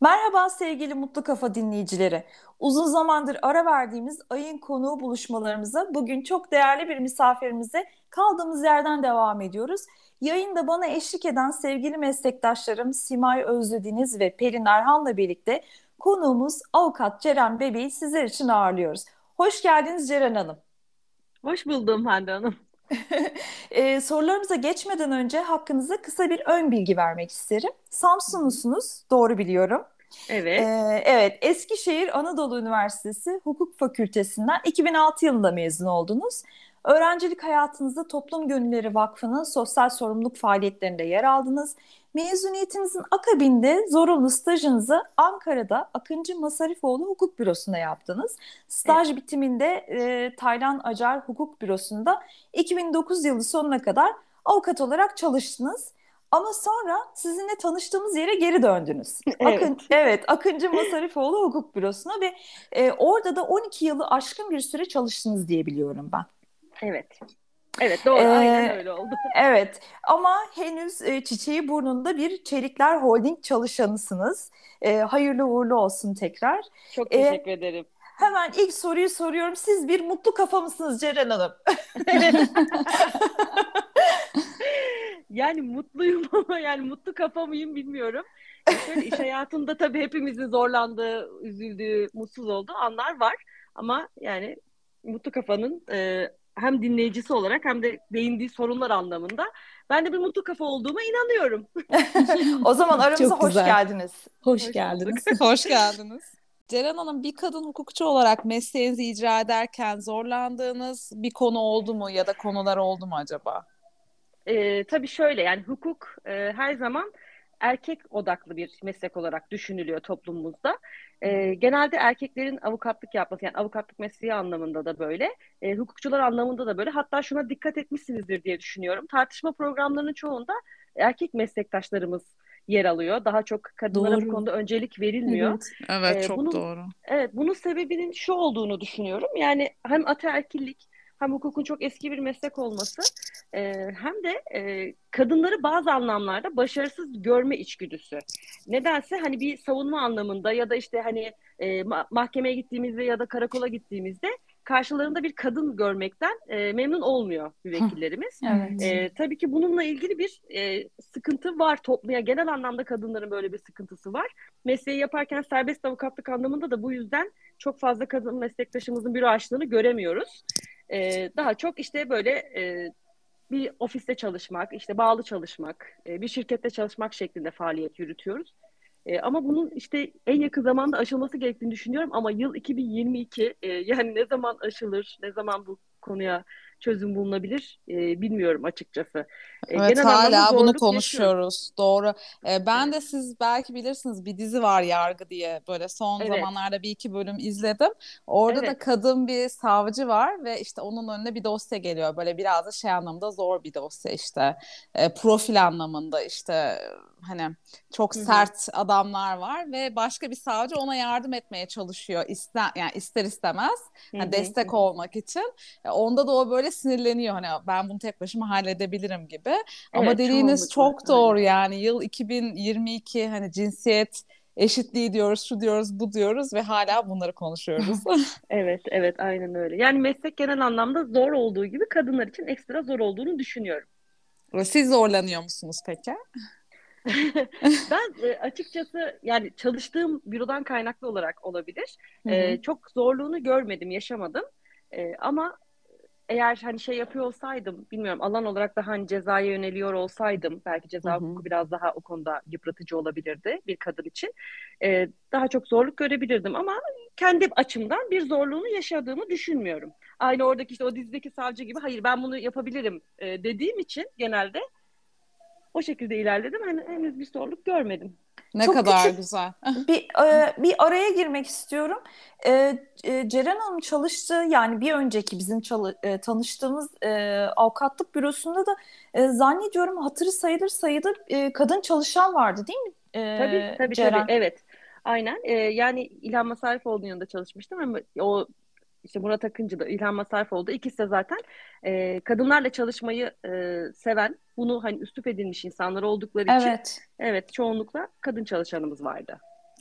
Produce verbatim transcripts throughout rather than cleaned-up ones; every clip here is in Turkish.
Merhaba sevgili Mutlu Kafa dinleyicileri. Uzun zamandır ara verdiğimiz ayın konuğu buluşmalarımıza bugün çok değerli bir misafirimize kaldığımız yerden devam ediyoruz. Yayında bana eşlik eden sevgili meslektaşlarım Simay Özlüdeniz ve Pelin Erhan'la birlikte konuğumuz avukat Ceren Bebe'yi sizler için ağırlıyoruz. Hoş geldiniz Ceren Hanım. Hoş buldum Hande Hanım. Ee, sorularımıza geçmeden önce hakkınızda kısa bir ön bilgi vermek isterim. Hı hı. Samsunlusunuz, doğru biliyorum. Ee, Evet, evet, Eskişehir Anadolu Üniversitesi Hukuk Fakültesinden iki bin altı yılında mezun oldunuz. Öğrencilik hayatınızda Toplum Gönülleri Vakfı'nın sosyal sorumluluk faaliyetlerinde yer aldınız. Mezuniyetinizin akabinde zorunlu stajınızı Ankara'da Akıncı Masarifoğlu Hukuk Bürosu'nda yaptınız. evet, Staj bitiminde e, Taylan Acar Hukuk Bürosu'nda iki bin dokuz yılı sonuna kadar avukat olarak çalıştınız. Ama sonra sizinle tanıştığımız yere geri döndünüz. Akın, evet, evet, Akıncı Masarifoğlu Hukuk Bürosu'na ve e, orada da on iki yılı aşkın bir süre çalıştınız diye biliyorum ben. evet. Evet, doğru. Aynen E, öyle oldu. evet, ama henüz e, çiçeği burnunda bir Çelikler Holding çalışanısınız. E, hayırlı uğurlu olsun tekrar. Çok E, teşekkür ederim. hemen ilk soruyu soruyorum. Siz bir mutlu kafa mısınız Ceren Hanım? Yani mutluyum ama yani mutlu kafa mıyım bilmiyorum. Ya şöyle iş hayatında tabii hepimizin zorlandığı, üzüldüğü, mutsuz olduğu anlar var. Ama yani mutlu kafanın e, hem dinleyicisi olarak hem de değindiği sorunlar anlamında ben de bir mutlu kafa olduğuma inanıyorum. O zaman aramıza Çok hoş güzel. geldiniz. Hoş Hoş bulduk. geldiniz. Hoş geldiniz. Ceren Hanım, bir kadın hukukçu olarak mesleğinizi icra ederken zorlandığınız bir konu oldu mu ya da konular oldu mu acaba? Ee, tabii şöyle yani hukuk e, her zaman erkek odaklı bir meslek olarak düşünülüyor toplumumuzda. Hı Ee, genelde erkeklerin avukatlık yapması yani avukatlık mesleği anlamında da böyle, e, hukukçular anlamında da böyle. Hatta şuna dikkat etmişsinizdir diye düşünüyorum. Tartışma programlarının çoğunda erkek meslektaşlarımız yer alıyor. Daha çok kadınlara bu Doğru. konuda öncelik verilmiyor. Evet. Evet, Ee, çok bunun doğru. evet bunun sebebinin şu olduğunu düşünüyorum. Yani hem ataerkillik hem hukukun çok eski bir meslek olması, ee, hem de e, kadınları bazı anlamlarda başarısız görme içgüdüsü. Nedense hani bir savunma anlamında ya da işte hani e, ma- mahkemeye gittiğimizde ya da karakola gittiğimizde karşılarında bir kadın görmekten e, memnun olmuyor müvekkillerimiz. Evet. E, tabii ki bununla ilgili bir e, sıkıntı var. Toplumya genel anlamda kadınların böyle bir sıkıntısı var. Mesleği yaparken serbest avukatlık anlamında da bu yüzden çok fazla kadın meslektaşımızın büro açtığını göremiyoruz. E, daha çok işte böyle e, bir ofiste çalışmak, işte bağlı çalışmak, e, bir şirkette çalışmak şeklinde faaliyet yürütüyoruz. E, ama bunun işte en yakın zamanda aşılması gerektiğini düşünüyorum. Ama yıl iki bin yirmi iki, e, yani ne zaman aşılır, ne zaman bu konuya çözüm bulunabilir, e, bilmiyorum açıkçası. E, Evet, genel anlamda hala bunu zorluk yaşıyorum. konuşuyoruz. Doğru. Ee, ben Evet, de, siz belki bilirsiniz, bir dizi var, Yargı diye. Böyle son evet, zamanlarda bir iki bölüm izledim. Orada da evet. kadın bir savcı var ve işte onun önüne bir dosya geliyor. Böyle biraz da şey anlamda zor bir dosya işte. Ee, profil anlamında işte, hani çok Hı hı, sert adamlar var ve başka bir savcı ona yardım etmeye çalışıyor. İster, yani ister istemez, hı hani hı, hı destek hı. olmak için. E, Onda da o böyle sinirleniyor, hani ben bunu tek başıma halledebilirim gibi. Ama Evet, dediğiniz çoğunlukla çok öyle. doğru, yani yıl iki bin yirmi iki, hani cinsiyet eşitliği diyoruz, şu diyoruz, bu diyoruz ve hala bunları konuşuyoruz. Evet, evet, aynen öyle. Yani meslek genel anlamda zor olduğu gibi kadınlar için ekstra zor olduğunu düşünüyorum. Siz zorlanıyor musunuz peki? Ben e, açıkçası yani çalıştığım bürodan kaynaklı olarak olabilir. Hı hı. E, çok zorluğunu görmedim, yaşamadım. E, ama eğer hani şey yapıyor olsaydım, bilmiyorum alan olarak daha hani cezaya yöneliyor olsaydım, belki Hı ceza hı. hukuku biraz daha o konuda yıpratıcı olabilirdi bir kadın için. E, daha çok zorluk görebilirdim ama kendi açımdan bir zorluğunu yaşadığımı düşünmüyorum. Aynı oradaki işte o dizideki savcı gibi hayır ben bunu yapabilirim e, dediğim için genelde o şekilde ilerledim. Hani henüz bir zorluk görmedim. Ne Çok kadar küçük güzel. bir e, bir araya girmek istiyorum. E, e, Ceren Hanım çalıştığı yani bir önceki bizim çalı- e, tanıştığımız e, avukatlık bürosunda da e, zannediyorum hatırı sayılır sayıda e, kadın çalışan vardı değil mi Tabii e, tabii tabii, Ceren? evet. Aynen. Ee, yani İlhan Masarifoğlu'nun yanında çalışmıştım ama o işte Murat Akıncı da İlhan Masarifoğlu da ikisi de zaten e, kadınlarla çalışmayı e, seven, bunu hani üslup edilmiş insanlar oldukları için Evet. evet çoğunlukla kadın çalışanımız vardı.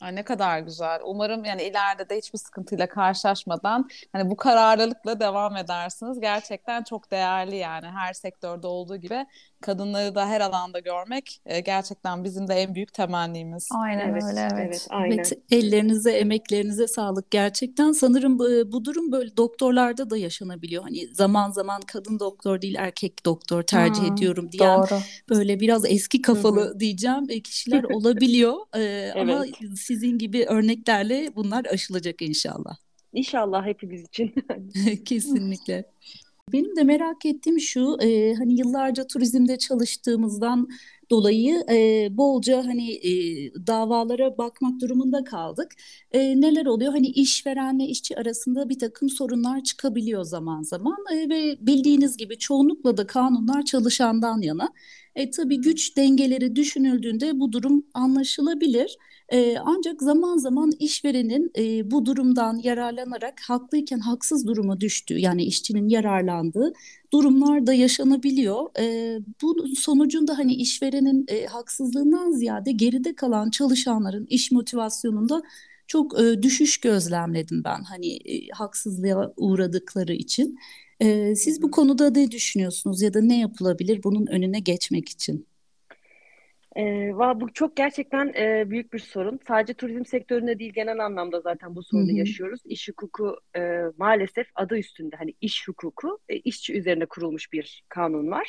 Ay ne kadar güzel. Umarım yani ileride de hiçbir sıkıntıyla karşılaşmadan hani bu kararlılıkla devam edersiniz. Gerçekten çok değerli yani her sektörde olduğu gibi kadınları da her alanda görmek e, gerçekten bizim de en büyük temennimiz. Aynen Evet, öyle, evet, evet. aynen. Evet, ellerinize, emeklerinize sağlık gerçekten. Sanırım bu, bu durum böyle doktorlarda da yaşanabiliyor. Hani zaman zaman kadın doktor değil erkek doktor tercih Hmm, ediyorum diyen doğru. böyle biraz eski Hı hı. kafalı diyeceğim e, kişiler olabiliyor. Ee, ama Evet. sizin gibi örneklerle bunlar aşılacak inşallah. İnşallah hepimiz için. Kesinlikle. Benim de merak ettiğim şu, e, hani yıllarca turizmde çalıştığımızdan dolayı e, bolca hani e, davalara bakmak durumunda kaldık. E, neler oluyor? Hani işverenle işçi arasında bir takım sorunlar çıkabiliyor zaman zaman. E, ve bildiğiniz gibi çoğunlukla da kanunlar çalışandan yana. E, tabii güç dengeleri düşünüldüğünde bu durum anlaşılabilir. E, ancak zaman zaman işverenin e, bu durumdan yararlanarak haklıyken haksız duruma düştüğü yani işçinin yararlandığı durumlar da yaşanabiliyor. E, bu sonucunda hani işverenin e, haksızlığından ziyade geride kalan çalışanların iş motivasyonunda çok e, düşüş gözlemledim ben hani e, haksızlığa uğradıkları için. E, Hı siz bu hı. konuda ne düşünüyorsunuz ya da ne yapılabilir bunun önüne geçmek için? Ee, va- bu çok gerçekten e, büyük bir sorun. Sadece turizm sektöründe değil genel anlamda zaten bu Hı sorunu hı. yaşıyoruz. İş hukuku e, maalesef adı üstünde hani iş hukuku e, işçi üzerine kurulmuş bir kanun var.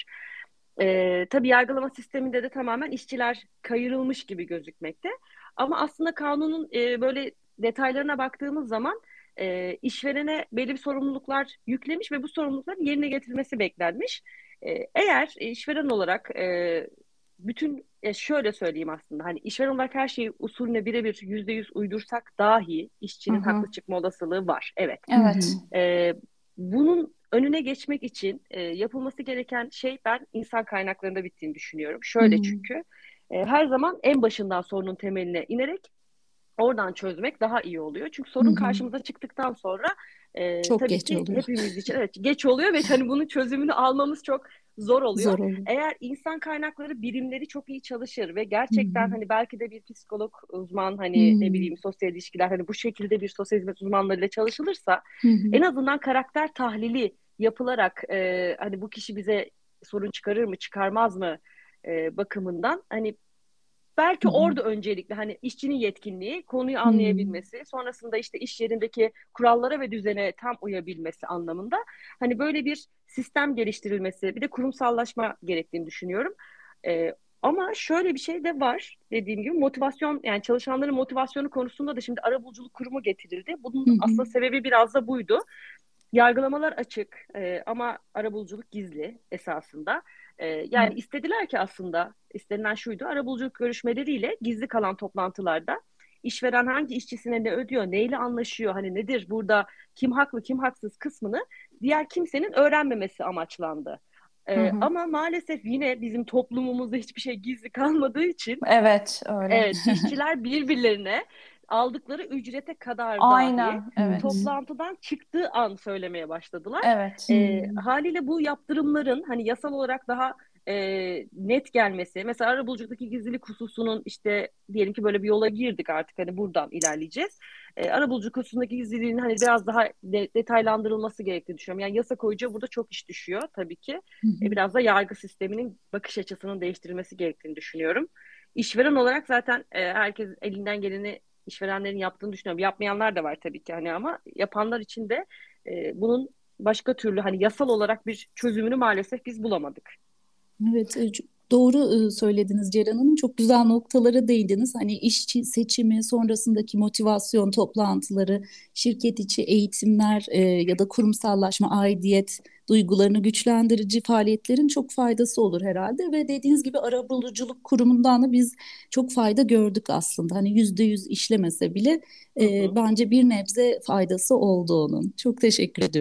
E, tabii yargılama sisteminde de tamamen işçiler kayırılmış gibi gözükmekte. Ama aslında kanunun e, böyle detaylarına baktığımız zaman e, işverene belli bir sorumluluklar yüklemiş ve bu sorumlulukların yerine getirilmesi beklenmiş. E, eğer işveren olarak e, bütün e, şöyle söyleyeyim aslında hani işveren olarak her şeyi usulüne birebir yüzde yüz uydursak dahi Hı işçinin hı. haklı çıkma olasılığı var. Evet. Hı hı. Evet. E, bunun önüne geçmek için e, yapılması gereken şey ben insan kaynaklarında bittiğini düşünüyorum. Hı Şöyle hı. çünkü e, her zaman en başından sorunun temeline inerek oradan çözmek daha iyi oluyor. Çünkü Hı sorun hı. karşımıza çıktıktan sonra e, Çok tabii geç ki oluyor. hepimiz için evet geç oluyor ve hani bunun çözümünü almamız çok zor oluyor. Zor oluyor. Eğer insan kaynakları birimleri çok iyi çalışır ve Hı gerçekten hı. hani belki de bir psikolog uzman Hı hani ne bileyim sosyal ilişkiler hani bu şekilde bir sosyal hizmet uzmanlarıyla çalışılırsa hı. Hı. en azından karakter tahlili yapılarak e, hani bu kişi bize sorun çıkarır mı çıkarmaz mı e, bakımından hani Hı belki hı. orada öncelikle hani işçinin yetkinliği, konuyu Hı. anlayabilmesi, sonrasında işte iş yerindeki kurallara ve düzene tam uyabilmesi anlamında hani böyle bir sistem geliştirilmesi, bir de kurumsallaşma gerektiğini düşünüyorum. Ee, ama şöyle bir şey de var dediğim gibi motivasyon yani çalışanların motivasyonu konusunda da şimdi arabuluculuk kurumu getirildi. Bunun Hı hı. aslında sebebi biraz da buydu. Yargılamalar açık e, ama arabuluculuk gizli esasında. E, yani istediler ki aslında istenilen şuydu arabuluculuk görüşmeleriyle gizli kalan toplantılarda işveren hangi işçisine ne ödüyor, neyle anlaşıyor, hani nedir burada kim haklı kim haksız kısmını diğer kimsenin öğrenmemesi amaçlandı. Hı E, hı. ama maalesef yine bizim toplumumuzda hiçbir şey gizli kalmadığı için Evet, öyle. evet, işçiler birbirlerine aldıkları ücrete kadar dahi Aynen, Hı evet. hı. toplantıdan çıktığı an söylemeye başladılar. Evet. Hı E, haliyle bu yaptırımların hani yasal olarak daha e, net gelmesi, mesela arabuluculuktaki gizlilik hususunun işte diyelim ki böyle bir yola girdik artık hani buradan ilerleyeceğiz. E, arabuluculuk hususundaki gizliliğin hani biraz daha de, detaylandırılması gerektiğini düşünüyorum. Yani yasa koyucuya burada çok iş düşüyor tabii ki. hı. E, biraz da yargı sisteminin bakış açısının değiştirilmesi gerektiğini düşünüyorum. İşveren olarak zaten e, herkes elinden geleni işverenlerin yaptığını düşünüyorum. Yapmayanlar da var tabii ki hani ama yapanlar için de e, bunun başka türlü hani yasal olarak bir çözümünü maalesef biz bulamadık. Evet, e, çok doğru e, söylediniz Ceren Hanım. Çok güzel noktalara değindiniz. Hani işçi seçimi, sonrasındaki motivasyon toplantıları, şirket içi eğitimler e, ya da kurumsallaşma, aidiyet duygularını güçlendirici faaliyetlerin çok faydası olur herhalde. Ve dediğiniz gibi arabuluculuk kurumundan da biz çok fayda gördük aslında. Hani yüzde yüz işlemese bile Hı e, hı. bence bir nebze faydası oldu onun. Çok teşekkür ediyorum.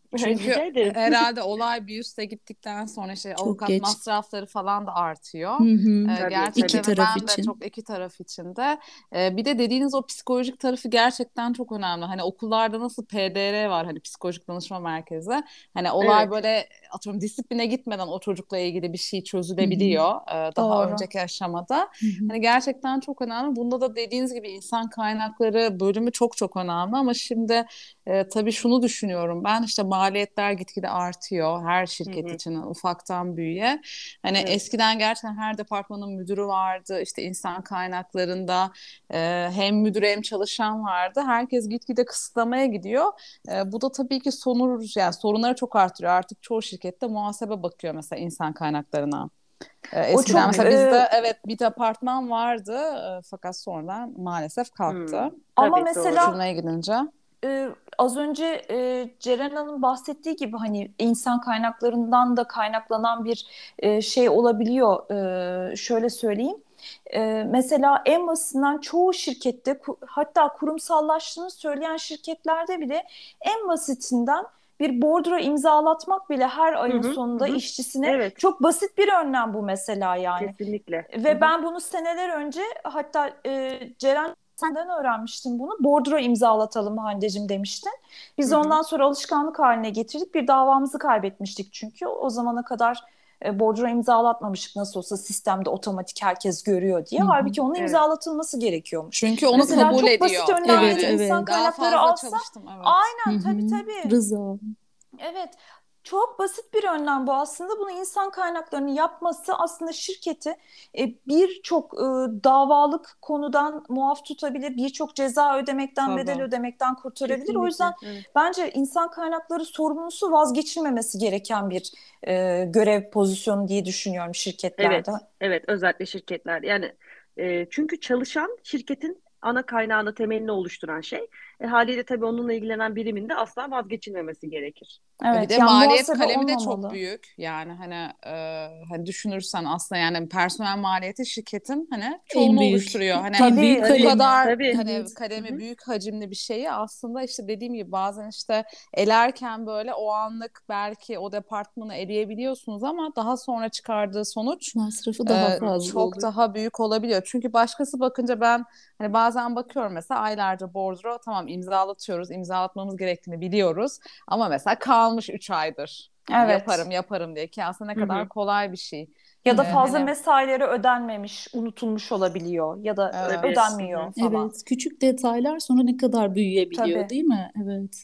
Çünkü Rica ederim. herhalde olay bir üste gittikten sonra işte Çok avukat geç. masrafları falan da artıyor. Hı hı. Ee, Tabii, gerçekten İki tabii. ve taraf ben de için. çok iki taraf için de. Ee, bir de dediğiniz o psikolojik tarafı gerçekten çok önemli. Hani okullarda nasıl P D R var, hani psikolojik danışma merkezi. Hani olay Evet. böyle atıyorum disipline gitmeden o çocukla ilgili bir şey Hı hı. çözülebiliyor e, daha Doğru. önceki aşamada. Hı hı. Hani gerçekten çok önemli. Bunda da dediğiniz gibi insan kaynakları bölümü çok çok önemli ama şimdi e, tabii şunu düşünüyorum ben, işte maliyetler gitgide artıyor her Hı şirket hı. için ufaktan büyüğe. Hani Evet. eskiden gerçekten her departmanın müdürü vardı, işte insan kaynaklarında e, hem müdür hem çalışan vardı. Herkes gitgide kısıtlamaya gidiyor. E, bu da tabii ki sonur, yani sorunları çok artırıyor. Artık çoğu şirkette muhasebe bakıyor mesela insan kaynaklarına. E, O eskiden çok mesela Evet. bizde e, evet bir departman vardı e, fakat sonradan maalesef kalktı. Hmm. ama Tabii, doğru. mesela Küçülmeye gidince. e, az önce e, Ceren Hanım bahsettiği gibi hani insan kaynaklarından da kaynaklanan bir e, şey olabiliyor. E, şöyle söyleyeyim. E, mesela en basitinden çoğu şirkette ku- hatta kurumsallaştığını söyleyen şirketlerde bile en basitinden bir bordro imzalatmak bile her Hı ayın hı. Hı sonunda hı. işçisine Evet. çok basit bir önlem bu mesela yani. Kesinlikle. Hı Ve hı. ben bunu seneler önce hatta e, Ceren senden öğrenmiştim bunu. Bordro imzalatalım Hande'cim demiştin. Hı Biz hı. ondan sonra alışkanlık haline getirdik. Bir davamızı kaybetmiştik çünkü. O zamana kadar e, bordro imzalatmamıştık, nasıl olsa sistemde otomatik herkes görüyor diye. Hı hı. Halbuki onun Evet. imzalatılması gerekiyormuş. Çünkü onu Mesela kabul çok basit ediyor. Evet, önlemleri Yani insan evet. daha kaynakları fazla alsa, çalıştım, evet. Hı aynen, tabii hı. tabii. Rıza. Evet, çok basit bir önlem bu aslında. Bunu insan kaynaklarının yapması aslında şirketi e, birçok e, davalık konudan muaf tutabilir, birçok ceza ödemekten, bedel Tabii. ödemekten kurtarabilir. O yüzden Kesinlikle. Evet. bence insan kaynakları sorumlusu vazgeçilmemesi gereken bir e, görev pozisyonu diye düşünüyorum şirketlerde. Evet. Evet. Özellikle şirketler. Yani e, çünkü çalışan şirketin ana kaynağını, temelini oluşturan şey. E, haliyle tabii onunla ilgilenen birimin de asla vazgeçilmemesi gerekir. E bir Evet, de yani maliyet muhasebe kalemi de çok olmamalı. büyük. Yani hani e, hani düşünürsen aslında yani personel maliyeti şirketin hani En çoğunu büyük. oluşturuyor. Hani En Tabii büyük bu tabii. kalemi. kadar Tabii. hani Evet. Hı kademe hı. büyük hacimli bir şeyi aslında işte dediğim gibi bazen işte elerken böyle o anlık belki o departmanı eleyebiliyorsunuz ama daha sonra çıkardığı sonuç Masrafı daha e, fazla çok oluyor. daha büyük olabiliyor. Çünkü başkası bakınca ben hani bazen bakıyorum mesela aylarca bordro tamam imzalatıyoruz, imzalatmamız gerektiğini biliyoruz ama mesela kalmış üç aydır. Hani Evet. yaparım yaparım diye ki aslında ne Hı kadar hı. kolay bir şey. Ya Hı da E, hı. fazla hani mesaileri ödenmemiş, unutulmuş olabiliyor ya da Tabii. evet. Hı ödenmiyor hı. falan. Evet, küçük detaylar sonra ne kadar büyüyebiliyor, Tabii. değil mi? Evet.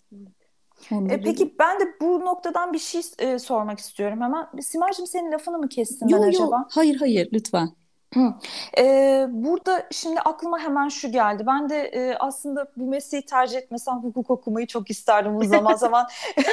E, Onları peki ben de bu noktadan bir şey e, sormak istiyorum hemen. Simacığım, senin lafını mı kestim ben yo yo acaba? hayır hayır lütfen. Hı. Ee, burada şimdi aklıma hemen şu geldi. Ben de e, aslında bu mesleği tercih etmesem hukuk okumayı çok isterdim bu zaman zaman.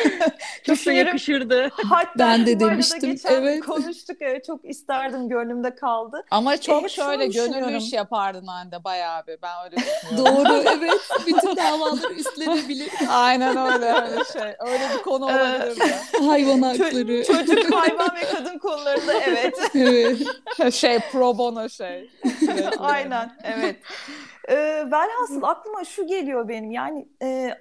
Çok da Düşünürüm. yakışırdı. Hatta Ben de Simay'la da demiştim. geçen Evet. konuştuk. Evet, çok isterdim, gönlümde kaldı. Ama E, çok hep şunu şöyle gönüllü iş düşünüyorum. yapardın Hande bayağı bir. Ben öyle düşünüyorum. Doğru, evet. Bütün davaları üstlenebilir. Aynen öyle öyle şey. Öyle bir konu Ee, olabilirdi. Hayvan ço- hakları. çocuk, hayvan ve kadın konularında, evet. Evet. Şey pro bono şey sürekli yani. Aynen, evet. Ee, velhasıl aklıma şu geliyor benim. Yani e,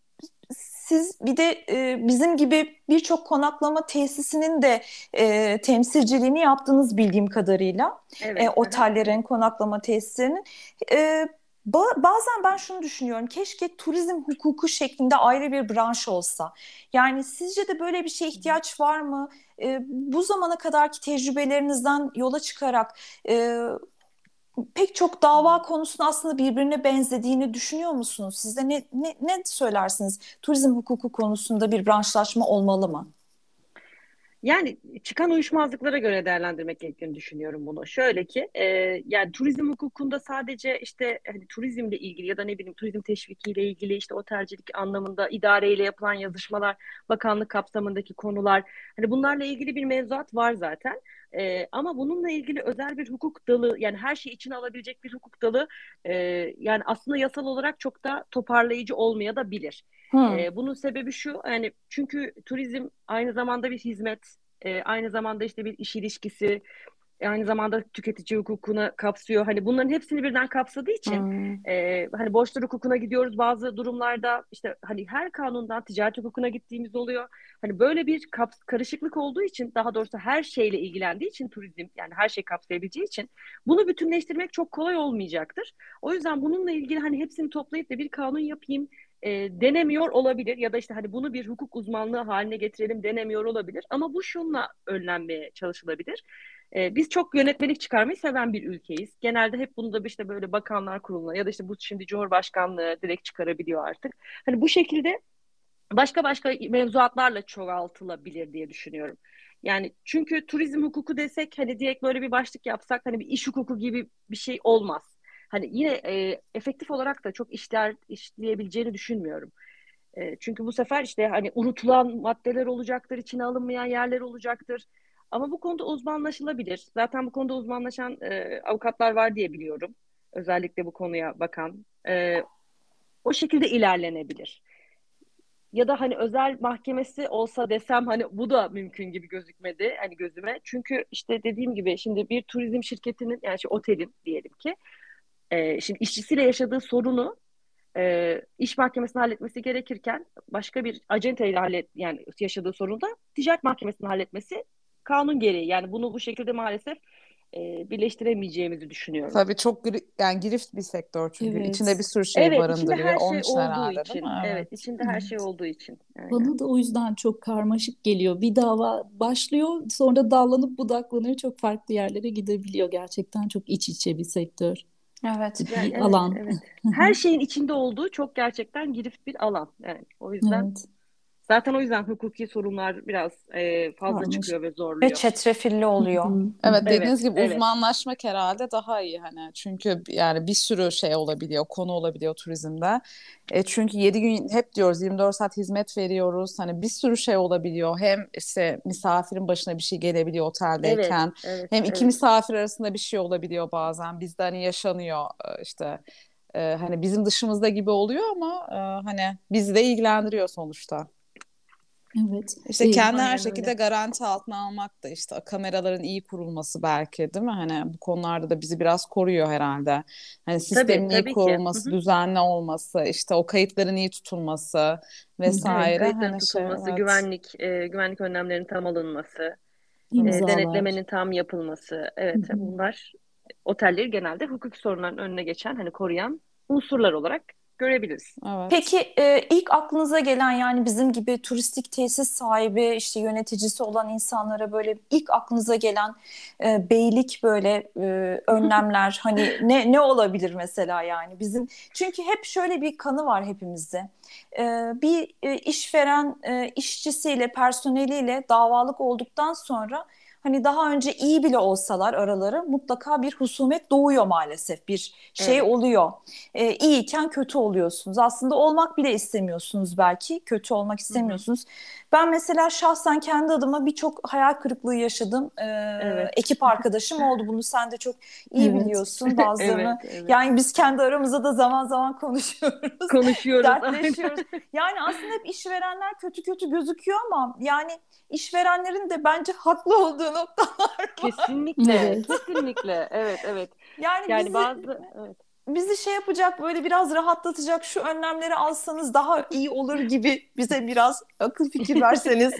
siz bir de e, bizim gibi birçok konaklama tesisinin de e, temsilciliğini yaptınız bildiğim kadarıyla. E, Evet. Hı hı. otellerin, konaklama tesislerinin. E, ba- bazen ben şunu düşünüyorum. Keşke turizm hukuku şeklinde ayrı bir branş olsa. Yani sizce de böyle bir şeye ihtiyaç var mı? E, bu zamana kadarki tecrübelerinizden yola çıkarak e, pek çok dava konusunun aslında birbirine benzediğini düşünüyor musunuz? Siz de ne, ne, ne söylersiniz? Turizm hukuku konusunda bir branşlaşma olmalı mı? Yani çıkan uyuşmazlıklara göre değerlendirmek gerektiğini düşünüyorum bunu. Şöyle ki, e, yani turizm hukukunda sadece işte hani turizmle ilgili ya da ne bileyim turizm teşvikiyle ilgili işte otelcilik anlamında idareyle yapılan yazışmalar, bakanlık kapsamındaki konular, hani bunlarla ilgili bir mevzuat var zaten. E, ama bununla ilgili özel bir hukuk dalı, yani her şeyi içine alabilecek bir hukuk dalı, e, yani aslında yasal olarak çok da toparlayıcı olmayabilir. Hmm. E, bunun sebebi şu, yani çünkü turizm aynı zamanda bir hizmet, e, aynı zamanda işte bir iş ilişkisi. aynı zamanda tüketici hukukuna kapsıyor. Hani bunların hepsini birden kapsadığı için Hmm. e, hani borçlar hukukuna gidiyoruz bazı durumlarda, işte hani her kanundan ticaret hukukuna gittiğimiz oluyor. Hani böyle bir kaps karışıklık olduğu için, daha doğrusu her şeyle ilgilendiği için turizm, yani her şey kapsayabileceği için bunu bütünleştirmek çok kolay olmayacaktır. O yüzden bununla ilgili hani hepsini toplayıp da bir kanun yapayım e, denemiyor olabilir, ya da işte hani bunu bir hukuk uzmanlığı haline getirelim denemiyor olabilir, ama bu şunla önlenmeye çalışılabilir. E, biz çok yönetmelik çıkarmayı seven bir ülkeyiz. Genelde hep bunu da işte böyle bakanlar kuruluna ya da işte bu şimdi Cumhurbaşkanlığı direkt çıkarabiliyor artık. Hani bu şekilde başka başka mevzuatlarla çoğaltılabilir diye düşünüyorum. Yani çünkü turizm hukuku desek, hani direkt böyle bir başlık yapsak, hani bir iş hukuku gibi bir şey olmaz. Hani yine e, efektif olarak da çok işler işleyebileceğini düşünmüyorum. E, çünkü bu sefer işte hani unutulan maddeler olacaktır, içine alınmayan yerler olacaktır. Ama bu konuda uzmanlaşılabilir. Zaten bu konuda uzmanlaşan e, avukatlar var diye biliyorum. Özellikle bu konuya bakan. E, o şekilde ilerlenebilir. Ya da hani özel mahkemesi olsa desem, hani bu da mümkün gibi gözükmedi hani gözüme. Çünkü işte dediğim gibi şimdi bir turizm şirketinin, yani şey, otelin diyelim ki e, şimdi işçisiyle yaşadığı sorunu e, iş mahkemesinin halletmesi gerekirken, başka bir acenteyle hallet yani yaşadığı sorunu da ticaret mahkemesinin halletmesi kanun gereği. Yani bunu bu şekilde maalesef e, birleştiremeyeceğimizi düşünüyorum. Tabii çok gri- yani girift bir sektör, çünkü içinde bir Evet. sürü şey Evet, içinde barındırıyor. her Onun şey için olduğu herhalde, değil mi? için, evet, Evet. içinde her şey Evet. olduğu için. Aynen. Bana da o yüzden çok karmaşık geliyor. Bir dava başlıyor, sonra dallanıp budaklanıyor, çok farklı yerlere gidebiliyor. Gerçekten çok iç içe bir sektör, Evet. Yani bir evet, alan. evet. Her şeyin içinde olduğu çok gerçekten girift bir alan. Yani o yüzden Evet, zaten o yüzden hukuki sorunlar biraz e, fazla karmaşık. çıkıyor ve Ve zorluyor. çetrefilli Hı oluyor. hı, hı Evet, hı. dediğiniz Evet, gibi evet. uzmanlaşmak herhalde daha iyi, hani çünkü yani bir sürü şey olabiliyor, konu olabiliyor turizmde. E, çünkü yedi gün hep diyoruz, yirmi dört saat hizmet veriyoruz. Hani bir sürü şey olabiliyor. Hem işte misafirin başına bir şey gelebiliyor Evet, oteldeyken. evet, Hem iki evet. misafir arasında bir şey olabiliyor bazen. Bizde hani yaşanıyor e, işte e, hani bizim dışımızda gibi oluyor ama e, hani bizi de ilgilendiriyor sonuçta. Evet. İşte E, kendi her Aynen şekilde öyle. garanti altına almak da, işte kameraların iyi kurulması belki, değil mi? Hani bu konularda da bizi biraz koruyor herhalde. Hani Tabii, sistemin iyi tabii ki. Hı kurulması, hı. düzenli olması, işte o kayıtların iyi tutulması hı hı. Evet, vesaire. kayıtların Hani şey, tutulması, evet. güvenlik, e, güvenlik önlemlerinin tam alınması, e, İmzalar. denetlemenin tam yapılması. Hı Evet, hı. bunlar otelleri genelde hukuki sorunların önüne geçen, hani koruyan unsurlar olarak görebiliriz. Evet. Peki e, ilk aklınıza gelen, yani bizim gibi turistik tesis sahibi, işte yöneticisi olan insanlara böyle ilk aklınıza gelen e, beylik böyle e, önlemler hani ne ne olabilir mesela, yani bizim, çünkü hep şöyle bir kanı var hepimizde. E, bir e, işveren e, işçisiyle, personeliyle davalık olduktan sonra hani daha önce iyi bile olsalar araları, mutlaka bir husumet doğuyor maalesef, bir şey Evet. oluyor. E, iyiyken kötü oluyorsunuz. Aslında olmak bile istemiyorsunuz belki. Kötü olmak Hı hı. istemiyorsunuz. Ben mesela şahsen kendi adıma birçok hayal kırıklığı yaşadım. E, Evet. ekip arkadaşım oldu. Bunu sen de çok iyi Evet. biliyorsun. Evet, Bazılarını, evet. yani biz kendi aramızda da zaman zaman konuşuyoruz. Konuşuyoruz aynen. Dertleşiyoruz. Yani aslında hep işverenler kötü kötü gözüküyor ama yani işverenlerin de bence haklı olduğu noktalar var. Kesinlikle, Evet. kesinlikle. Evet, evet. Yani Yani bizi bazı, evet. bizi şey yapacak, böyle biraz rahatlatacak, şu önlemleri alsanız daha iyi olur gibi bize biraz akıl fikir verseniz.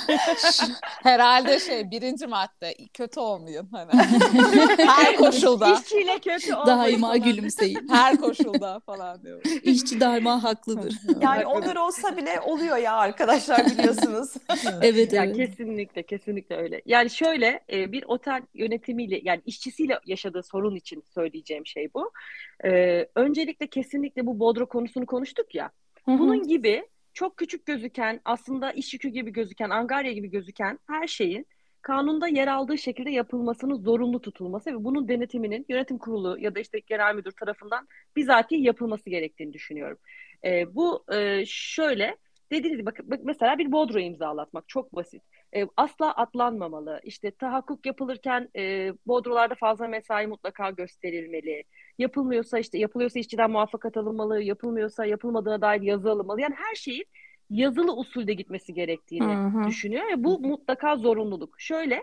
Herhalde şey, birinci madde, kötü olmayın hani. Her İş, koşulda. işçiyle kötü olmayın Daima falan. gülümseyin. Her koşulda falan diyoruz. İşçi daima haklıdır. Yani Haklıdır. onlar olsa bile oluyor ya arkadaşlar, biliyorsunuz. Evet, Ya evet. kesinlikle, kesinlikle öyle. Yani şöyle e, bir otel yönetimiyle, yani işçisiyle yaşadığı sorun için söyleyeceğim şey bu. E, öncelikle kesinlikle bu Bodro konusunu konuştuk ya. Hı hı. Bunun gibi çok küçük gözüken, aslında iş yükü gibi gözüken, angarya gibi gözüken her şeyin kanunda yer aldığı şekilde yapılmasının zorunlu tutulması ve bunun denetiminin yönetim kurulu ya da işte genel müdür tarafından bizatihi yapılması gerektiğini düşünüyorum. E, bu e, şöyle. Dediğiniz gibi, bak, bak mesela bir bodro imzalatmak çok basit. E, asla atlanmamalı. İşte tahakkuk yapılırken e, bodrolarda fazla mesai mutlaka gösterilmeli. Yapılmıyorsa işte yapılıyorsa işçiden muvaffakat alınmalı. Yapılmıyorsa yapılmadığına dair yazı alınmalı. Yani her şeyin yazılı usulde gitmesi Hı gerektiğini hı. düşünüyor ve bu mutlaka zorunluluk. Şöyle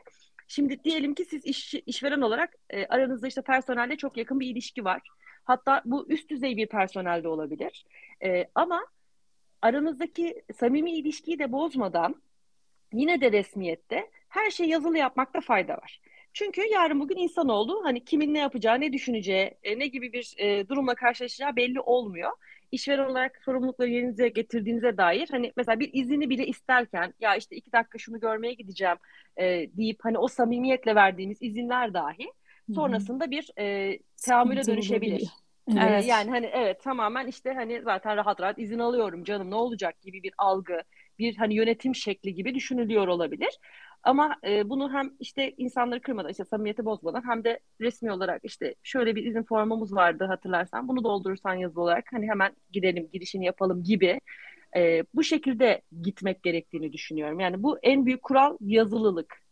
Şimdi diyelim ki siz iş, işveren olarak e, aranızda işte personelle çok yakın bir ilişki var. Hatta bu üst düzey bir personel de olabilir. E, ama aranızdaki samimi ilişkiyi de bozmadan yine de resmiyette her şey yazılı yapmakta fayda var. Çünkü yarın bugün insanoğlu hani kimin ne yapacağı, ne düşüneceği, e, ne gibi bir e, durumla karşılaşacağı belli olmuyor. İşveren olarak sorumlulukları yerinize getirdiğinize dair hani mesela bir izni bile isterken ya işte iki dakika şunu görmeye gideceğim e, deyip hani o samimiyetle verdiğimiz izinler dahi sonrasında bir e, tahammüle Sıkıntı olabiliyor. dönüşebilir. E, Evet. Evet. yani hani evet tamamen işte hani zaten rahat rahat izin alıyorum canım ne olacak gibi bir algı, bir hani yönetim şekli gibi düşünülüyor olabilir. Ama e, bunu hem işte insanları kırmadan, işte samimiyeti bozmadan hem de resmi olarak işte şöyle bir izin formumuz vardı hatırlarsan. Bunu doldurursan yazılı olarak hani hemen gidelim, girişini yapalım gibi e, bu şekilde gitmek gerektiğini düşünüyorum. Yani bu en büyük kural yazılılık.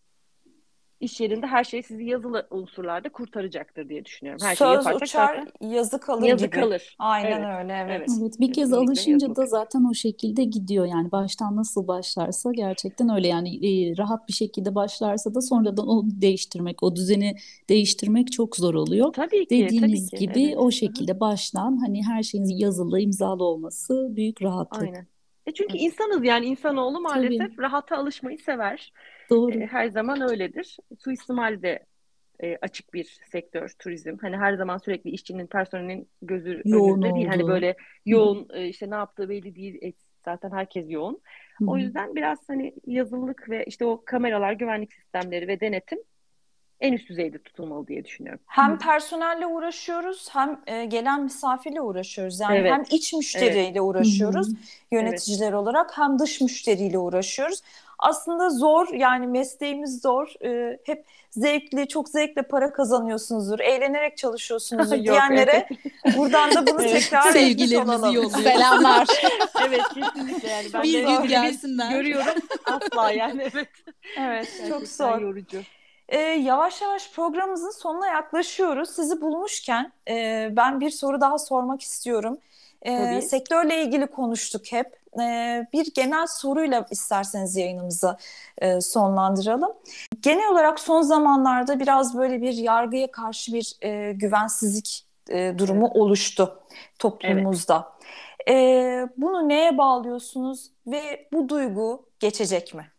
İş yerinde her şey sizi yazılı unsurlarda kurtaracaktır diye düşünüyorum. Her şeyi Söz yaparsak uçar, zaten yazı kalır yazı gibi. kalır. Aynen Evet, öyle, evet. evet. Evet, bir kez Kesinlikle alışınca da yazılık. zaten o şekilde gidiyor yani baştan nasıl başlarsa gerçekten öyle yani e, rahat bir şekilde başlarsa da sonradan onu değiştirmek, o düzeni değiştirmek çok zor oluyor. Tabii ki, tabii Dediğiniz ki. gibi Evet. o Hı hı. şekilde baştan hani her şeyin yazılı, imzalı olması büyük rahatlık. Aynen. E çünkü Evet. insanız yani insanoğlu Tabii, maalesef rahata alışmayı sever. E, doğru. her zaman öyledir. Suistimal de e, açık bir sektör turizm. Hani her zaman sürekli işçinin, personelin gözü Yoğun önünde değil. Hani olduğu. böyle Hı hı, yoğun e, işte ne yaptığı belli değil. E, zaten herkes yoğun. hı O hı. yüzden biraz hani yazılılık ve işte o kameralar, güvenlik sistemleri ve denetim en üst düzeyde tutulmalı diye düşünüyorum. Hem personelle uğraşıyoruz, hem e, gelen misafirle uğraşıyoruz. Yani hem Evet, iç evet, müşteriyle Hı hı. uğraşıyoruz evet. yöneticiler olarak, hem dış müşteriyle uğraşıyoruz. Aslında zor, yani mesleğimiz zor. E, hep zevkli, çok zevkle para kazanıyorsunuzdur, eğlenerek çalışıyorsunuzdur Yok, diyenlere evet. buradan da bunu Evet. tekrar etmiş Sevgilerimizi olalım. yolluyoruz. Selamlar. Evet, kesinlikle yani ben Çok Bir de gün zor. birebir gelsinler. görüyorum asla yani evet. Evet, çok Gerçekten zor. yorucu. Ee, yavaş yavaş programımızın sonuna yaklaşıyoruz. Sizi bulmuşken e, ben bir soru daha sormak istiyorum. Ee, Tabii. sektörle ilgili konuştuk hep. Ee, bir genel soruyla isterseniz yayınımızı e, sonlandıralım. Genel olarak son zamanlarda biraz böyle bir yargıya karşı bir e, güvensizlik e, durumu Evet. oluştu Evet. toplumumuzda. Ee, bunu neye bağlıyorsunuz ve bu duygu geçecek mi?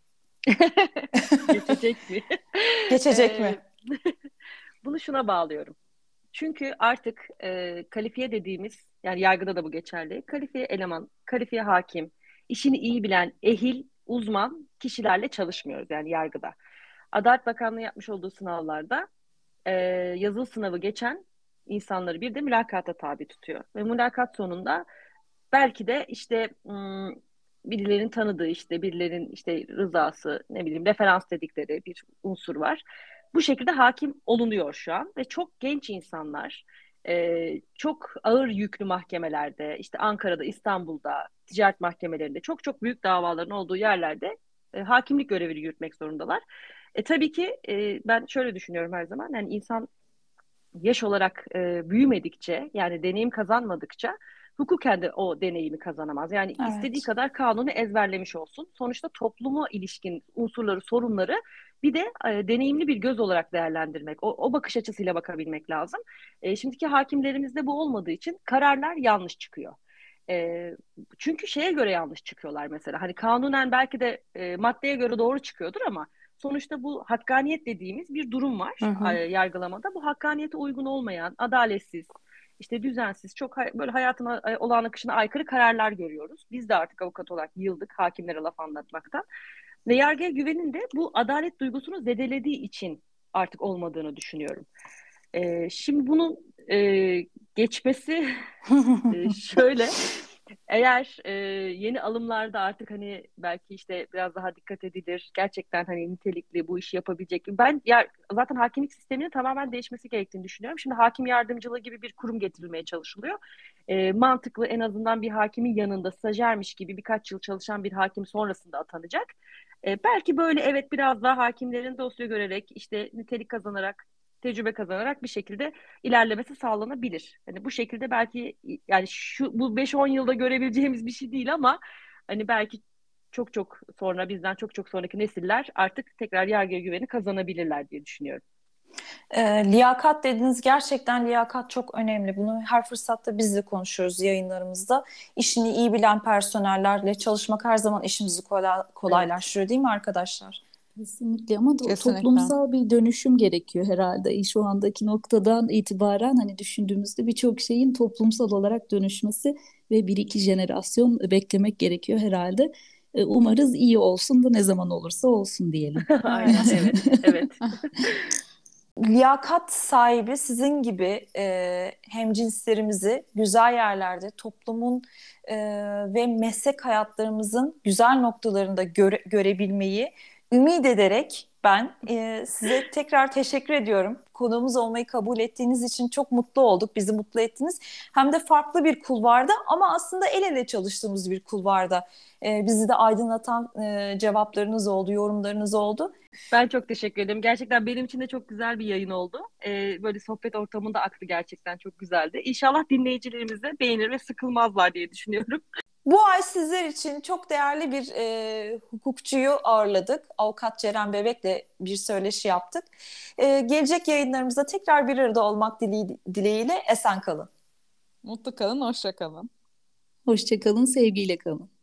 Geçecek mi? Geçecek mi? Ee, bunu şuna bağlıyorum. Çünkü artık e, kalifiye dediğimiz, yani yargıda da bu geçerli. Kalifiye eleman, kalifiye hakim, işini iyi bilen, ehil, uzman kişilerle çalışmıyoruz yani yargıda. Adalet Bakanlığı yapmış olduğu sınavlarda e, yazılı sınavı geçen insanları bir de mülakata tabi tutuyor. Ve mülakat sonunda belki de işte ım, birilerinin tanıdığı işte birilerinin işte rızası ne bileyim referans dedikleri bir unsur var. Bu şekilde hakim olunuyor şu an ve çok genç insanlar e, çok ağır yüklü mahkemelerde işte Ankara'da, İstanbul'da, ticaret mahkemelerinde çok çok büyük davaların olduğu yerlerde e, hakimlik görevini yürütmek zorundalar. E, tabii ki e, ben şöyle düşünüyorum her zaman yani insan yaş olarak e, büyümedikçe yani deneyim kazanmadıkça hukuken de o deneyimi kazanamaz. Yani istediği Evet. kadar kanunu ezberlemiş olsun. Sonuçta topluma ilişkin unsurları, sorunları bir de e, deneyimli bir göz olarak değerlendirmek, o, o bakış açısıyla bakabilmek lazım. E, şimdiki hakimlerimizde bu olmadığı için kararlar yanlış çıkıyor. E, çünkü şeye göre yanlış çıkıyorlar mesela. Hani kanunen belki de e, maddeye göre doğru çıkıyordur ama sonuçta bu hakkaniyet dediğimiz bir durum Hı var e, hı. yargılamada. Bu hakkaniyete uygun olmayan, adaletsiz, işte düzensiz, çok hay- böyle hayatın a- olağan akışına aykırı kararlar görüyoruz. Biz de artık avukat olarak yıldık hakimlere laf anlatmaktan. Ve yargıya güvenin de bu adalet duygusunu zedelediği için artık olmadığını düşünüyorum. E, şimdi bunun e, geçmesi e, şöyle. Eğer e, yeni alımlarda artık hani belki işte biraz daha dikkat edilir. Gerçekten hani nitelikli bu işi yapabilecek. Ben ya zaten hakimlik sisteminin tamamen değişmesi gerektiğini düşünüyorum. Şimdi hakim yardımcılığı gibi bir kurum getirilmeye çalışılıyor. E, mantıklı en azından bir hakimin yanında stajyermiş gibi birkaç yıl çalışan bir hakim sonrasında atanacak. E, belki böyle evet biraz daha hakimlerin dosya görerek işte nitelik kazanarak tecrübe kazanarak bir şekilde ilerlemesi sağlanabilir. Hani bu şekilde belki yani şu bu beş on yılda görebileceğimiz bir şey değil ama hani belki çok çok sonra bizden çok çok sonraki nesiller artık tekrar yargıya güveni kazanabilirler diye düşünüyorum. E, liyakat dediniz, gerçekten liyakat çok önemli. Bunu her fırsatta biz de konuşuyoruz yayınlarımızda. İşini iyi bilen personellerle çalışmak her zaman işimizi kolay, Evet. kolaylaştırıyor değil mi arkadaşlar? Kesinlikle ama da Kesinlikle. toplumsal bir dönüşüm gerekiyor herhalde. Şu andaki noktadan itibaren hani düşündüğümüzde birçok şeyin toplumsal olarak dönüşmesi ve bir iki jenerasyon beklemek gerekiyor herhalde. E, Umarız iyi olsun da ne zaman olursa olsun diyelim. Aynen, evet, evet. Liyakat sahibi sizin gibi e, hemcinslerimizi güzel yerlerde, toplumun e, ve meslek hayatlarımızın güzel noktalarında göre- görebilmeyi ümit ederek ben e, size tekrar teşekkür ediyorum. Konuğumuz olmayı kabul ettiğiniz için çok mutlu olduk. Bizi mutlu ettiniz. Hem de farklı bir kulvarda ama aslında el ele çalıştığımız bir kulvarda e, bizi de aydınlatan e, cevaplarınız oldu, yorumlarınız oldu. Ben çok teşekkür ederim. Gerçekten benim için de çok güzel bir yayın oldu. Ee, böyle sohbet ortamında aktı, gerçekten çok güzeldi. İnşallah dinleyicilerimiz de beğenir ve sıkılmazlar diye düşünüyorum. Bu ay sizler için çok değerli bir e, hukukçuyu ağırladık. Avukat Ceren Bebek'le bir söyleşi yaptık. E, gelecek yayınlarımızda tekrar bir arada olmak dile- dileğiyle esen kalın. Mutlu kalın, hoşça kalın. Hoşça kalın, sevgiyle kalın.